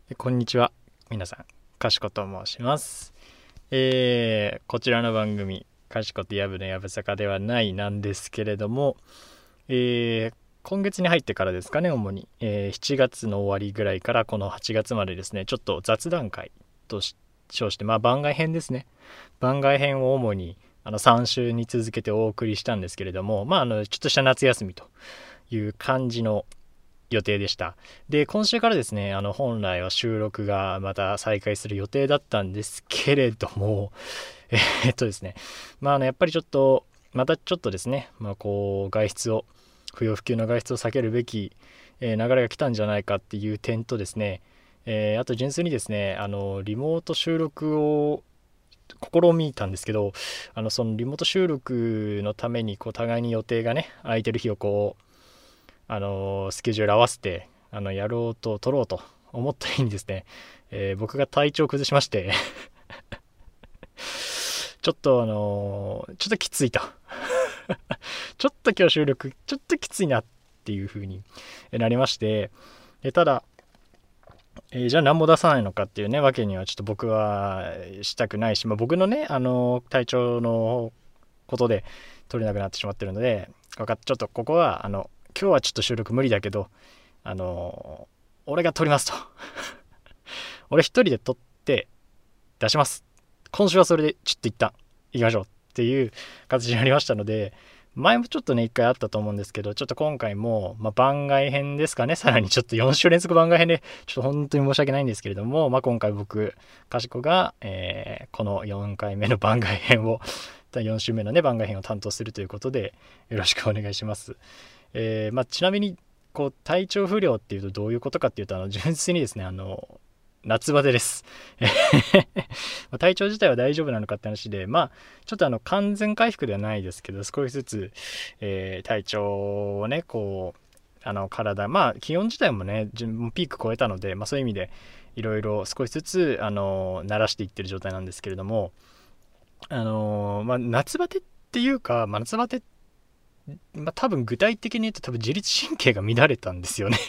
こんにちは。皆さん、かしこと申します。こちらの番組、かしことやぶのやぶさかではないなんですけれども、今月に入ってからですかね、主に、7月の終わりぐらいからこの8月までですね、ちょっと雑談会と称して、番外編ですね。番外編を主に3週に続けてお送りしたんですけれども、ちょっとした夏休みという感じの予定でした。で、今週からですね、本来は収録がまた再開する予定だったんですけれども、ですね、やっぱりちょっと、またちょっとですね、不要不急の外出を避けるべき、流れが来たんじゃないかっていう点とですね、あと純粋にですね、リモート収録を試みたんですけど、そのリモート収録のために互いに予定がね空いてる日をスケジュール合わせてやろうと取ろうと思った日にですね、僕が体調を崩しましてちょっときついとちょっと今日収録ちょっときついなっていう風になりまして、ただ、じゃあ何も出さないのかっていうねわけにはちょっと僕はしたくないし、僕のね体調のことで取れなくなってしまってるので、ちょっとここは今日はちょっと収録無理だけど、俺が撮りますと俺一人で撮って出します、今週はそれでちょっと一旦行きましょうっていう形になりましたので、前もちょっとね一回あったと思うんですけど、ちょっと今回も、番外編ですかね、さらにちょっと4週連続番外編でちょっと本当に申し訳ないんですけれども、今回僕かしこが、この4回目の番外編を4週目のね番外編を担当するということでよろしくお願いします。ちなみに体調不良っていうとどういうことかっていうと、純粋にですね夏バテです体調自体は大丈夫なのかって話で、ちょっと完全回復ではないですけど、少しずつ、体調をね体、気温自体もねピーク超えたので、そういう意味でいろいろ少しずつ慣らしていってる状態なんですけれども、夏バテっていうか、夏バテ、多分具体的に言うと多分自律神経が乱れたんですよね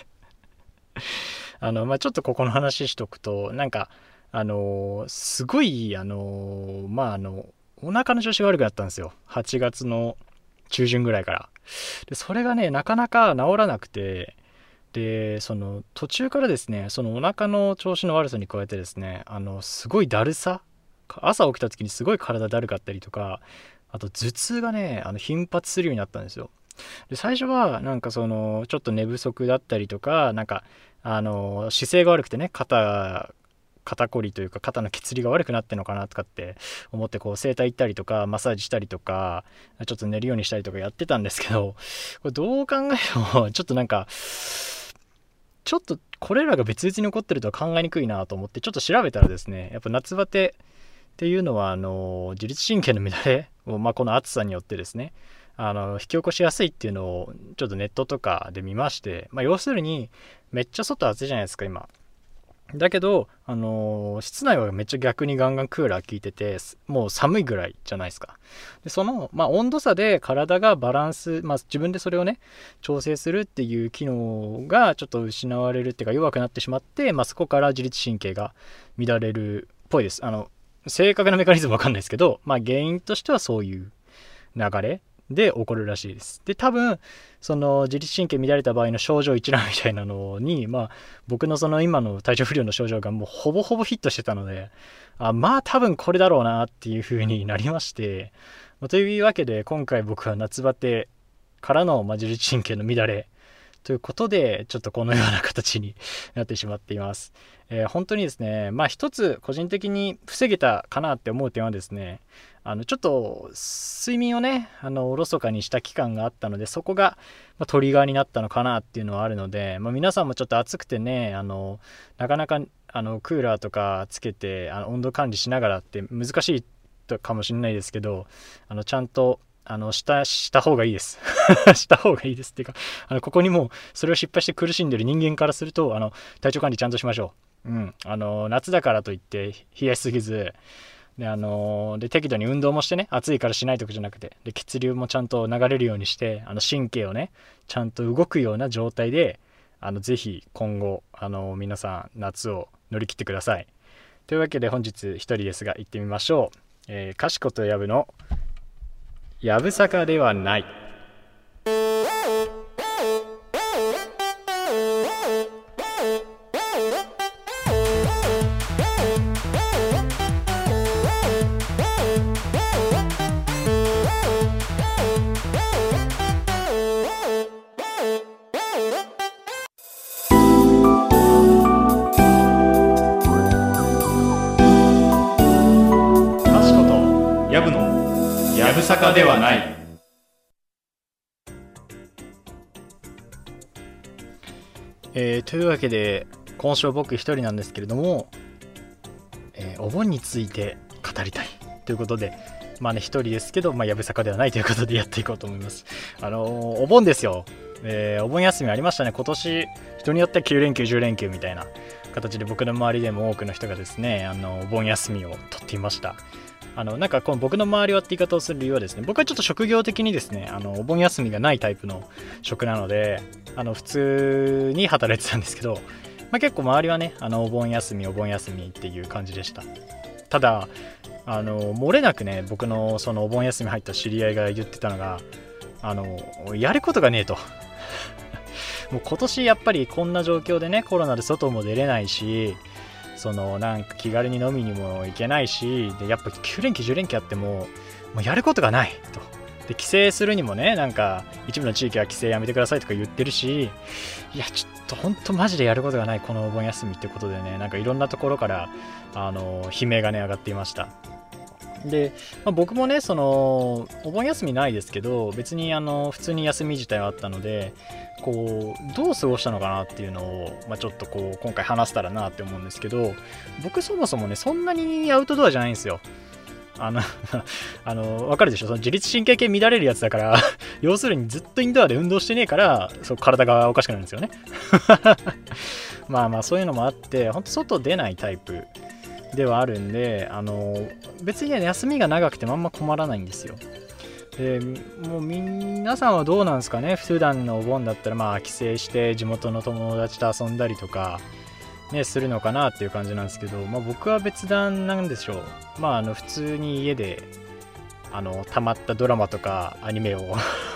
ちょっとここの話しとくと、すごいお腹の調子が悪くなったんですよ、8月の中旬ぐらいから。でそれがねなかなか治らなくて、でその途中からですね、そのお腹の調子の悪さに加えてですね、すごいだるさ、朝起きた時にすごい体だるかったりとか、あと頭痛がね頻発するようになったんですよ。で最初はちょっと寝不足だったりとか、姿勢が悪くてね肩こりというか肩の血流が悪くなってるのかなとかって思って、整体行ったりとかマッサージしたりとかちょっと寝るようにしたりとかやってたんですけど、これどう考えてもちょっとこれらが別々に起こってるとは考えにくいなと思ってちょっと調べたらですね、やっぱ夏バテっていうのは自律神経の乱れを、この暑さによってですね引き起こしやすいっていうのをちょっとネットとかで見まして、要するにめっちゃ外暑いじゃないですか今。だけど、室内はめっちゃ逆にガンガンクーラー効いてて、もう寒いぐらいじゃないですか。でその、温度差で体がバランス、自分でそれをね調整するっていう機能がちょっと失われるっていうか弱くなってしまって、そこから自律神経が乱れるっぽいです。正確なメカニズムわかんないですけど、原因としてはそういう流れで起こるらしいです。で多分その自律神経乱れた場合の症状一覧みたいなのに、僕のその今の体調不良の症状がもうほぼほぼヒットしてたので、多分これだろうなっていう風になりまして、というわけで今回僕は夏バテからの自律神経の乱れということでちょっとこのような形になってしまっています。本当にですね、一つ個人的に防げたかなって思う点はですね、ちょっと睡眠をねおろそかにした期間があったので、そこが、トリガーになったのかなっていうのはあるので、皆さんもちょっと暑くてねなかなかクーラーとかつけて温度管理しながらって難しいかもしれないですけど、ちゃんとした方がいいですした方がいいですっていうか、ここにもうそれを失敗して苦しんでる人間からすると体調管理ちゃんとしましょう。夏だからといって冷やしすぎずで適度に運動もしてね、暑いからしないとかじゃなくて、で血流もちゃんと流れるようにして神経をねちゃんと動くような状態でぜひ今後皆さん夏を乗り切ってください。というわけで本日一人ですが行ってみましょう。かしことやぶのやぶさかではない。 やぶのやぶさかではない。 というわけで今週僕一人なんですけれども、お盆について語りたいということで、まあね一人ですけど、やぶさかではないということでやっていこうと思います。お盆ですよ。お盆休みありましたね。今年人によっては9連休10連休みたいな形で僕の周りでも多くの人がですねお盆休みを取っていました。なんかこの僕の周りはって言い方をする理由はですね、僕はちょっと職業的にですねお盆休みがないタイプの職なので普通に働いてたんですけど、結構周りはねお盆休みっていう感じでした。ただ漏れなくね僕のそのお盆休み入った知り合いが言ってたのがやることがねえともう今年やっぱりこんな状況でねコロナで外も出れないし、なんか気軽に飲みにも行けないし、でやっぱ9連休10連休あってもうやることがないと。で帰省するにもねなんか一部の地域は帰省やめてくださいとか言ってるし、いやちょっと本当マジでやることがないこのお盆休みってことでね、なんかいろんなところから悲鳴がね上がっていました。で、僕もねお盆休みないですけど別に普通に休み自体はあったのでこうどう過ごしたのかなっていうのを、ちょっとこう今回話せたらなって思うんですけど、僕そもそもねそんなにアウトドアじゃないんですよ。わかるでしょ、その自律神経系乱れるやつだから要するにずっとインドアで運動してねえから体がおかしくなるんですよねそういうのもあって本当外出ないタイプではあるんで別にね休みが長くてもあんま困らないんですよ。でもう皆さんはどうなんですかね。普段のお盆だったら帰省して地元の友達と遊んだりとかねするのかなっていう感じなんですけど、僕は別段なんでしょう。普通に家でたまったドラマとかアニメを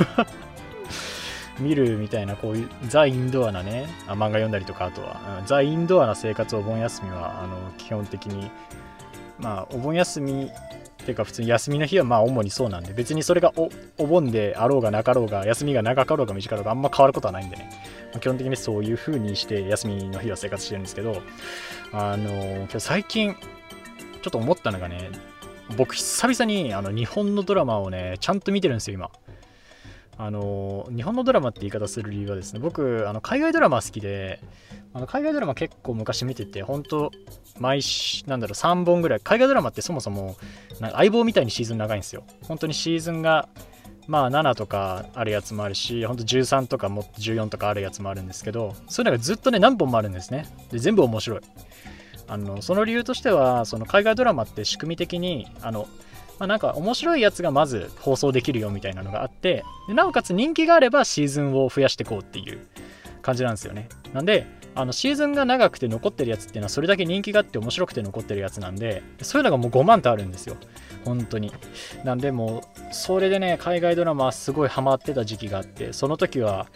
見るみたいなこういうザ・インドアなね漫画読んだりとか、あとはザ・インドアな生活をお盆休みは基本的にお盆休みっていうか普通に休みの日は主にそうなんで、別にそれが お盆であろうがなかろうが休みが長かろうが短かろうがあんま変わることはないんでね、基本的にそういう風にして休みの日は生活してるんですけど、最近ちょっと思ったのがね、僕久々に日本のドラマをねちゃんと見てるんですよ今。日本のドラマって言い方する理由はですね、僕海外ドラマ好きで海外ドラマ結構昔見てて、本当3本ぐらい。海外ドラマってそもそも相棒みたいにシーズン長いんですよ。本当にシーズンが7とかあるやつもあるし、本当13とかもっと14とかあるやつもあるんですけど、そういうのがずっとね何本もあるんですね。で全部面白い。その理由としてはその海外ドラマって仕組み的になんか面白いやつがまず放送できるよみたいなのがあって、でなおかつ人気があればシーズンを増やしていこうっていう感じなんですよね。なんでシーズンが長くて残ってるやつっていうのはそれだけ人気があって面白くて残ってるやつなんで、そういうのがもう5万とあるんですよ本当に。なんでもうそれでね海外ドラマすごいハマってた時期があって、その時は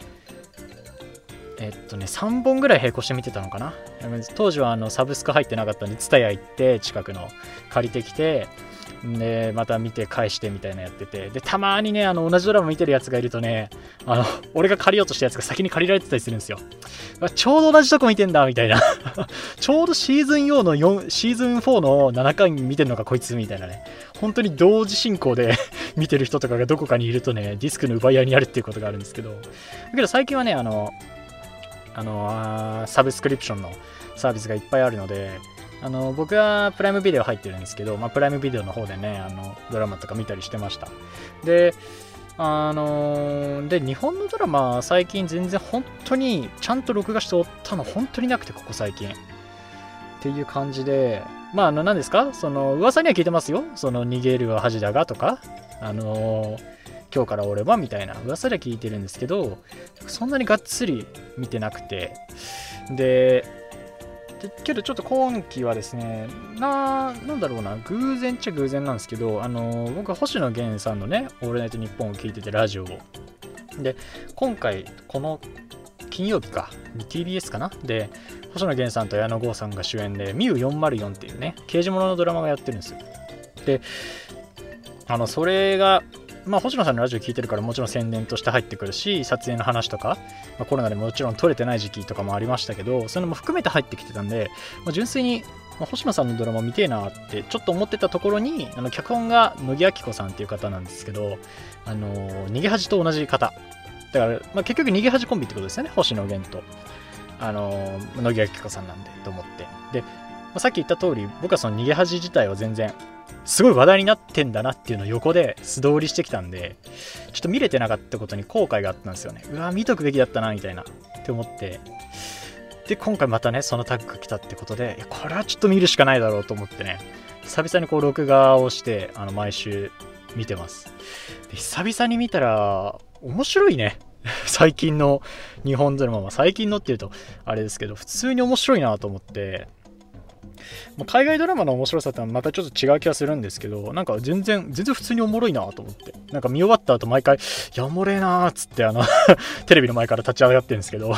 3本ぐらい並行して見てたのかな。当時はサブスク入ってなかったんで TSUTAYA 行って近くの借りてきて、でまた見て返してみたいなやってて、でたまにね同じドラマ見てるやつがいるとね俺が借りようとしたやつが先に借りられてたりするんですよ。ちょうど同じとこ見てんだみたいなちょうどシーズン4のシーズン4の7回見てるのかこいつみたいなね、本当に同時進行で見てる人とかがどこかにいるとねディスクの奪い合いになるっていうことがあるんですけど、だけど最近はねサブスクリプションのサービスがいっぱいあるので、僕はプライムビデオ入ってるんですけど、プライムビデオの方でねドラマとか見たりしてました。で日本のドラマ最近全然本当にちゃんと録画しておったの本当になくて、ここ最近っていう感じで、何ですか、噂には聞いてますよ。逃げるは恥だがとか今日から俺はみたいな噂では聞いてるんですけど、そんなにがっつり見てなくて、でけどちょっと今期はですね、なんだろうな、偶然っちゃ偶然なんですけど、僕は星野源さんのね、オールナイトニッポンを聞いてて、ラジオを。で、今回、この金曜日か、TBS かなで、星野源さんと矢野剛さんが主演で、ミュー404っていうね、刑事物のドラマがやってるんですよ。で、それが、星野さんのラジオ聞いてるからもちろん宣伝として入ってくるし、撮影の話とか、コロナでもちろん撮れてない時期とかもありましたけど、そういうのも含めて入ってきてたんで、純粋に、星野さんのドラマ見てえなってちょっと思ってたところに、脚本が乃木明子さんっていう方なんですけど、逃げ恥と同じ方。だから、結局逃げ恥コンビってことですよね、星野源と。乃木明子さんなんでと思って。で、さっき言った通り、僕はその逃げ恥自体は全然、すごい話題になってんだなっていうのを横で素通りしてきたんで、ちょっと見れてなかったことに後悔があったんですよね。うわ、見とくべきだったなみたいなって思って、で今回またねそのタッグが来たってことで、いやこれはちょっと見るしかないだろうと思ってね、久々にこう録画をして毎週見てます。で久々に見たら面白いね最近の日本ドラマは、最近のっていうとあれですけど、普通に面白いなと思って、海外ドラマの面白さってまたちょっと違う気がするんですけど、なんか全然普通におもろいなと思って、なんか見終わった後毎回いやおもれえなーっつってテレビの前から立ち上がってるんですけど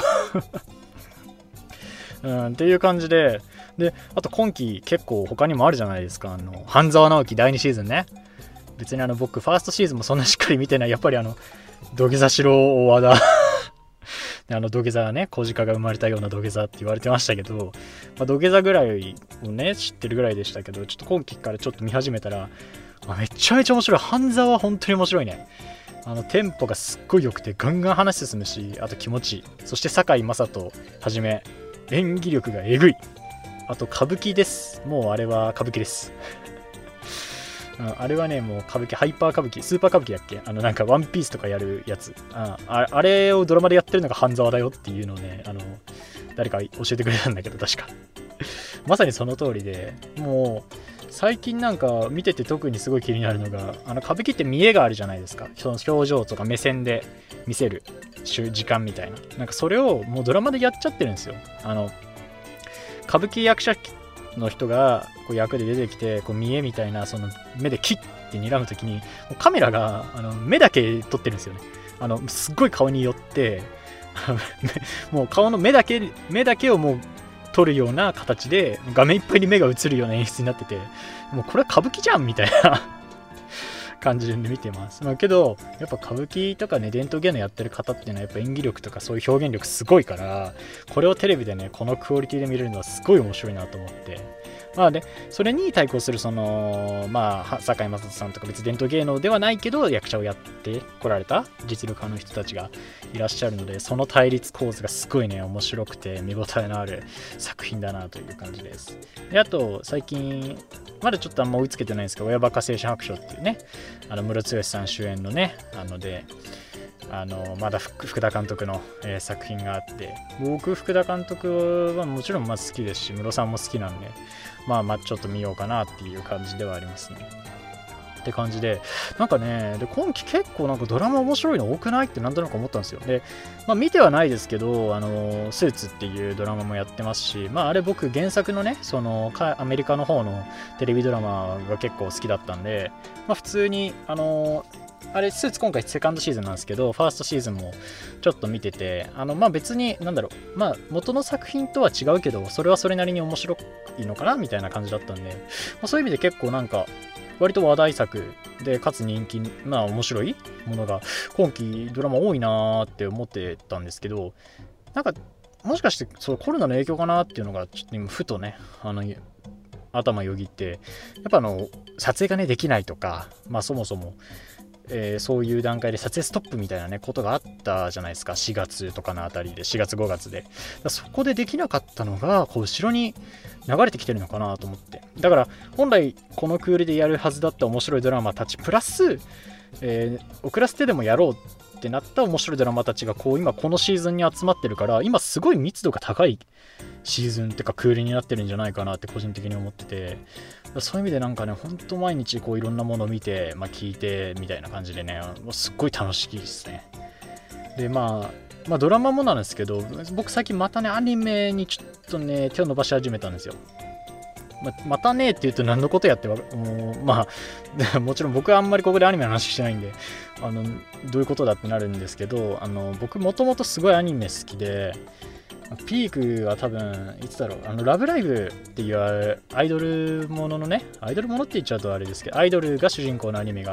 っていう感じで、あと今期結構他にもあるじゃないですか、半沢直樹第2シーズンね。別に僕ファーストシーズンもそんなしっかり見てない。やっぱり土下座しろ和田土下座がね、小鹿が生まれたような土下座って言われてましたけど、土下座ぐらいをね知ってるぐらいでしたけど、ちょっと今期からちょっと見始めたらめちゃめちゃ面白い。半沢は本当に面白いね。テンポがすっごい良くてガンガン話進むし、あと気持ちいい。そして堺雅人はじめ演技力がえぐい。あと歌舞伎です。もうあれは歌舞伎ですあれはね、もう歌舞伎、ハイパー歌舞伎、スーパー歌舞伎だっけ、なんかワンピースとかやるやつ。あれをドラマでやってるのが半沢だよっていうのをね、誰か教えてくれたんだけど、確か。まさにその通りで、もう、最近なんか見てて特にすごい気になるのが、歌舞伎って見栄があるじゃないですか。その表情とか目線で見せる時間みたいな。なんかそれをもうドラマでやっちゃってるんですよ。歌舞伎役者の人がこう役で出てきて、こう見栄みたいな、その目でキッて睨むときにカメラが目だけ撮ってるんですよね。すっごい顔に寄ってもう顔の目だけをもう撮るような形で画面いっぱいに目が映るような演出になってて、もうこれは歌舞伎じゃんみたいな感じで見てます。けどやっぱ歌舞伎とかね、伝統芸能やってる方っていうのはやっぱ演技力とかそういう表現力すごいから、これをテレビでねこのクオリティで見れるのはすごい面白いなと思って、それに対抗する堺雅人さんとか別伝統芸能ではないけど役者をやってこられた実力派の人たちがいらっしゃるので、その対立構図がすごいね面白くて見応えのある作品だなという感じです。であと最近まだちょっとあんま追いつけてないんですけど、親バカ青春白書っていうね、ムロツヨシさん主演のね、まだ福田監督の、作品があって、僕福田監督はもちろん好きですし、ムロさんも好きなんで、ちょっと見ようかなっていう感じではありますね。って感じで、なんかね、で今期結構なんかドラマ面白いの多くないってなんとなく思ったんですよ。で、見てはないですけど、スーツっていうドラマもやってますし、あれ僕原作のね、そのアメリカの方のテレビドラマが結構好きだったんで、普通にあれスーツ今回セカンドシーズンなんですけど、ファーストシーズンもちょっと見てて、別に元の作品とは違うけど、それはそれなりに面白いのかなみたいな感じだったんで、そういう意味で結構なんか割と話題作でかつ人気面白いものが今期ドラマ多いなーって思ってたんですけど、なんかもしかしてそうコロナの影響かなっていうのがちょっと今ふとね頭よぎって、やっぱ撮影がねできないとか、そもそもそういう段階で撮影ストップみたいなねことがあったじゃないですか。4月とかのあたりで、4月5月で、そこでできなかったのがこう後ろに流れてきてるのかなと思って、だから本来このクールでやるはずだった面白いドラマたちプラス、遅らせてでもやろうってなった面白いドラマたちが今このシーズンに集まってるから、今すごい密度が高いシーズンってかクールになってるんじゃないかなって個人的に思ってて、そういう意味でなんかね、ほんと毎日いろんなものを見て、聞いてみたいな感じでね、すっごい楽しいですね。でまあドラマもなんですけど、僕最近またねアニメにちょっとね手を伸ばし始めたんですよ。またねって言うと何のことやってまあもちろん僕はあんまりここでアニメの話してないんでどういうことだってなるんですけど、僕もともとすごいアニメ好きで、ピークは多分いつだろう、ラブライブっていうアイドルもののね、アイドルものって言っちゃうとあれですけど、アイドルが主人公のアニメがあって、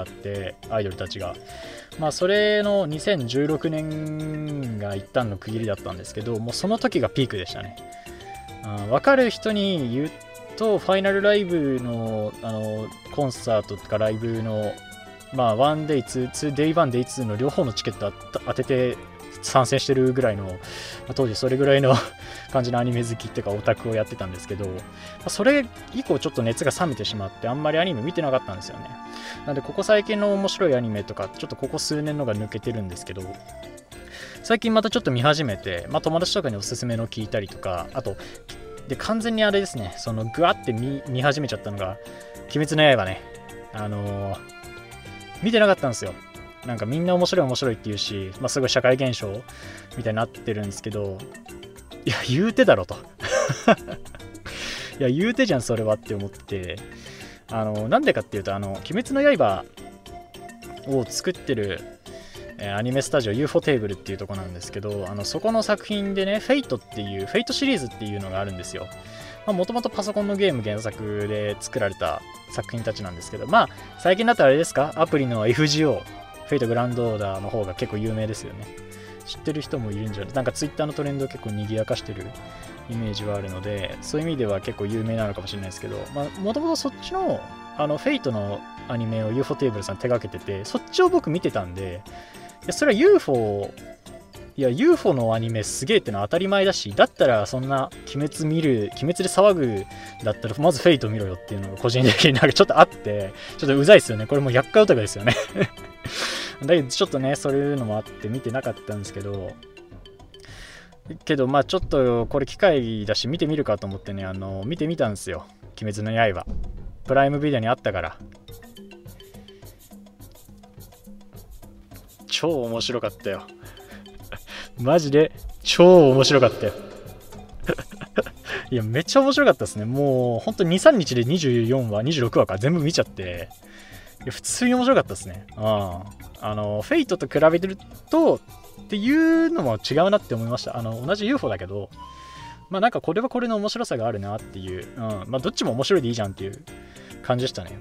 アイドルたちがまあそれの2016年が一旦の区切りだったんですけど、もうその時がピークでしたね。分かる人に言うと、ファイナルライブのコンサートとかライブのまあ 1day 2 day 1 day 2の両方のチケット当てて参戦してるぐらいの、当時それぐらいの感じのアニメ好きっていうかオタクをやってたんですけど、それ以降ちょっと熱が冷めてしまってあんまりアニメ見てなかったんですよね。なんでここ最近の面白いアニメとかちょっとここ数年のが抜けてるんですけど、最近またちょっと見始めて、友達とかにおすすめの聞いたりとか、あとで完全にあれですね、そのグワって見始めちゃったのが鬼滅の刃ね。見てなかったんですよ。なんかみんな面白いって言うし、すごい社会現象みたいになってるんですけど、いや言うてだろといや言うてじゃんそれはって思って、なんでかっていうと鬼滅の刃を作ってるアニメスタジオ UFO テーブルっていうとこなんですけど、そこの作品でね、フェイトシリーズっていうのがあるんですよ。もともとパソコンのゲーム原作で作られた作品たちなんですけど、最近だったらあれですか、アプリの FGO フェイトグランドオーダーの方が結構有名ですよね。知ってる人もいるんじゃない、なんかツイッターのトレンドを結構賑やかしてるイメージはあるので、そういう意味では結構有名なのかもしれないですけど、もともとそっちのフェイトのアニメを UFO テーブルさん手掛けてて、そっちを僕見てたんで、それは UFO のアニメすげえってのは当たり前だし、だったらそんな鬼滅で騒ぐだったらまずフェイト見ろよっていうのが個人的になんかちょっとあって、ちょっとうざいですよね。これも厄介オタクですよねだけどちょっとね、そういうのもあって見てなかったんですけど、ちょっとこれ機会だし見てみるかと思ってね、見てみたんですよ。鬼滅の刃プライムビデオにあったから。超面白かったよマジで超面白かったよいやめっちゃ面白かったですね。もうほんと 2,3 日で24話26話か全部見ちゃって、普通に面白かったですね。フェイトと比べてるとっていうのも違うなって思いました。同じ UFO だけど、なんかこれはこれの面白さがあるなっていう、どっちも面白いでいいじゃんっていう感じでしたね。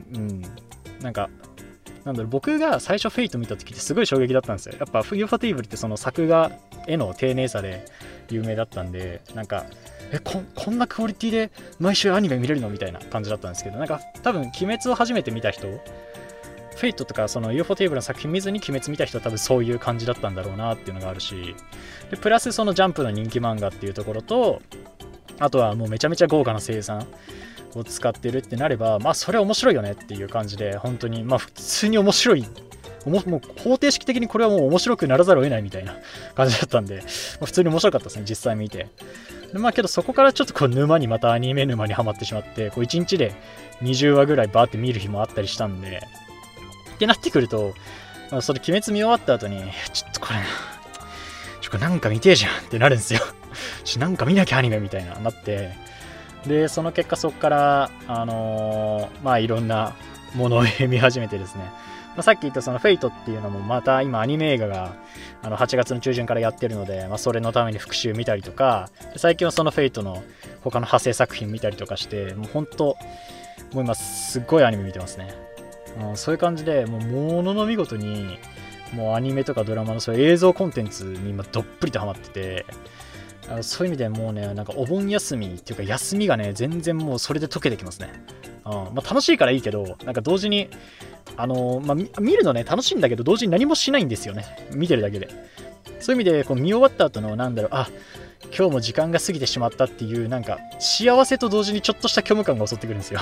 僕が最初フェイト見た時ってすごい衝撃だったんですよ。やっぱ UFO テーブルってその作画絵の丁寧さで有名だったんで、なんかこんなクオリティで毎週アニメ見れるのみたいな感じだったんですけど、なんか多分鬼滅を初めて見た人、フェイトとかその UFO テーブルの作品見ずに鬼滅見た人は多分そういう感じだったんだろうなっていうのがあるし、でプラスそのジャンプの人気漫画っていうところと、あとはもうめちゃめちゃ豪華な生産を使ってるってなれば、それは面白いよねっていう感じで、本当に普通に面白い、もう方程式的にこれはもう面白くならざるを得ないみたいな感じだったんで、普通に面白かったですね、実際見て。でけどそこからちょっとまたアニメ沼にはまってしまって、1日で20話ぐらいバーって見る日もあったりしたんで、ってなってくると、それ鬼滅見終わった後にちょっとこれなんか見てえじゃんってなるんですよなんか見なきゃアニメみたいななって、でその結果そこからいろんなものを見始めてですね、さっき言ったそのフェイトっていうのもまた今アニメ映画が8月の中旬からやってるので、それのために復習見たりとか、最近はそのフェイトの他の派生作品見たりとかして、もう本当もう今すっごいアニメ見てますね。そういう感じでものの見事にもうアニメとかドラマのそういう映像コンテンツに今どっぷりとハマってて、そういう意味でもうね、なんかお盆休みっていうか休みがね全然もうそれで溶けてきますね。楽しいからいいけど、なんか同時に見るのね楽しいんだけど、同時に何もしないんですよね、見てるだけで。そういう意味で見終わった後の今日も時間が過ぎてしまったっていう、なんか幸せと同時にちょっとした虚無感が襲ってくるんですよだ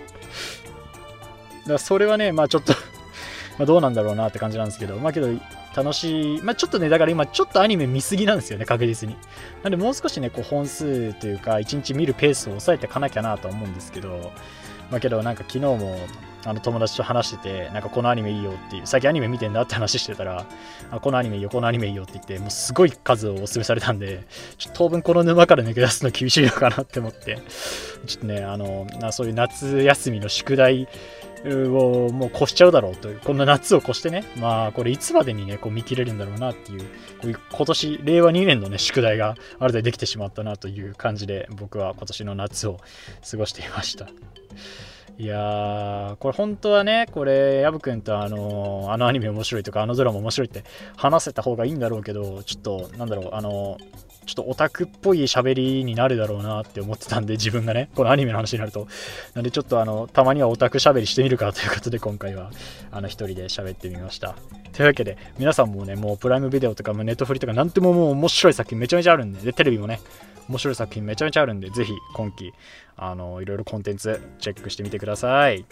からそれはねちょっとどうなんだろうなって感じなんですけど、けど楽しい、ちょっとね、だから今ちょっとアニメ見すぎなんですよね、確実に。なんでもう少しね、こう本数というか1日見るペースを抑えていかなきゃなと思うんですけど、けどなんか昨日も友達と話してて、なんかこのアニメいいよっていう、最近アニメ見てんだって話してたら、このアニメいいよ、このアニメいいよって言って、もうすごい数をお勧めされたんで、ちょっと当分この沼から抜け出すの厳しいのかなって思って、ちょっとね、そういう夏休みの宿題をもう越しちゃうだろうという、こんな夏を越してね、これいつまでにね、こう見切れるんだろうなっていう、こういう今年、令和2年のね、宿題がある程度できてしまったなという感じで、僕は今年の夏を過ごしていました。いやー、これ本当はね、これ、ヤブくんとあのアニメ面白いとか、ドラマ面白いって話せた方がいいんだろうけど、ちょっと、ちょっとオタクっぽい喋りになるだろうなって思ってたんで、自分がね、このアニメの話になると。なんでちょっとたまにはオタク喋りしてみるかということで、今回は一人で喋ってみました。というわけで、皆さんもね、もうプライムビデオとかネットフリとかなんてももう面白い作品めちゃめちゃあるんで、テレビもね、面白い作品めちゃめちゃあるんで、ぜひ今期、いろいろコンテンツチェックしてみてください。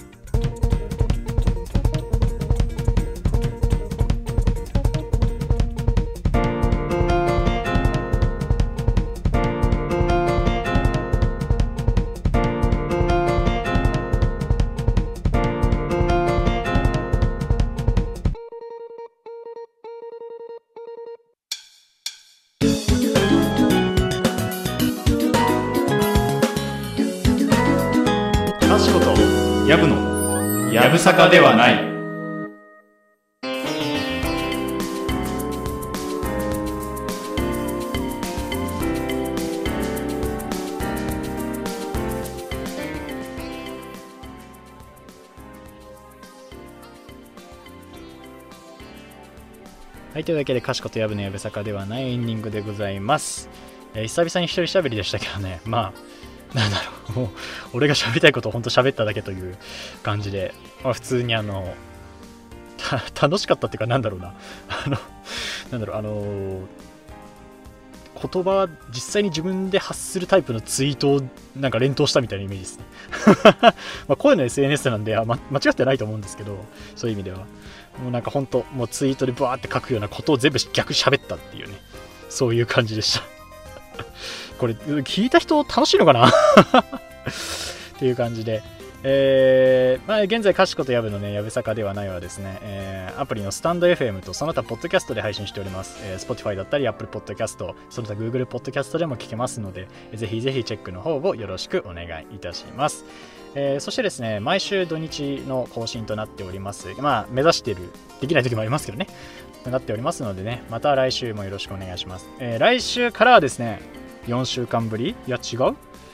かしことやぶのやぶさかではない。 はい、というわけで、かしことやぶのやぶさかではないエンディングでございます。久々に一人喋りでしたけどね、なんだろう、もう俺が喋りたいことを本当喋っただけという感じで、普通に楽しかったっていうか、なんだろうな、言葉、実際に自分で発するタイプのツイートをなんか連投したみたいなイメージですね。声の SNS なんで間違ってないと思うんですけど、そういう意味では。もうなんか本当、もうツイートでバーって書くようなことを全部逆喋ったっていうね、そういう感じでした。これ、聞いた人楽しいのかなっていう感じで。現在、かしことやぶのね、やぶさかではないはですね、アプリのスタンド FM とその他、ポッドキャストで配信しております。Spotify だったり、Apple Podcast、その他、Google Podcast でも聞けますので、ぜひぜひチェックの方をよろしくお願いいたします。そしてですね、毎週土日の更新となっております。目指している、できない時もありますけどね、となっておりますのでね、また来週もよろしくお願いします。来週からはですね、4週間ぶり、いや違う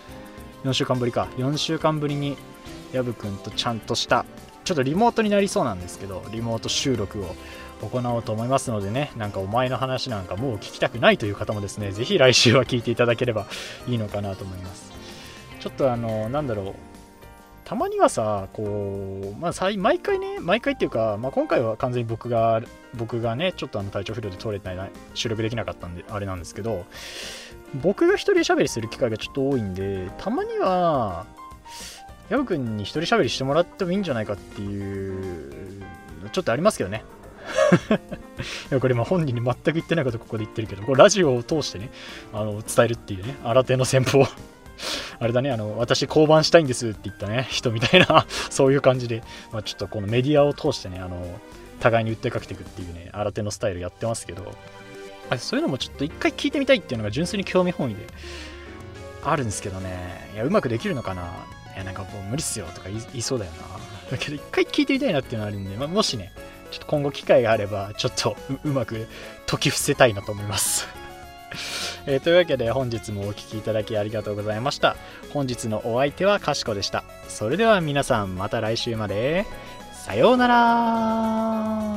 ?4 週間ぶりか。4週間ぶりにやぶくんとちゃんとしたちょっとリモートになりそうなんですけど、リモート収録を行おうと思いますのでね、なんかお前の話なんかもう聞きたくないという方もですね、ぜひ来週は聞いていただければいいのかなと思います。ちょっとなんだろう、たまにはさ、こう、毎回っていうか、今回は完全に僕がね、ちょっと体調不良で撮れない、収録できなかったんであれなんですけど、僕が一人喋りする機会がちょっと多いんで、たまにはヤブくんに一人喋りしてもらってもいいんじゃないかっていうちょっとありますけどね。いや、これ本人に全く言ってないことここで言ってるけど、これラジオを通してね、伝えるっていうね、新手の戦法。あれだね、私降板したいんですって言ったね、人みたいな、そういう感じで、ちょっとこのメディアを通してね、互いに訴えかけていくっていうね、新手のスタイルやってますけど、そういうのもちょっと一回聞いてみたいっていうのが純粋に興味本位であるんですけどね、いや、うまくできるのかな、いや、なんかもう無理っすよとか言いそうだよな。だけど一回聞いてみたいなっていうのがあるんで、もしね、ちょっと今後機会があれば、ちょっとうまく解き伏せたいなと思います。というわけで本日もお聞きいただきありがとうございました。本日のお相手はかしこでした。それでは皆さんまた来週まで。さようなら。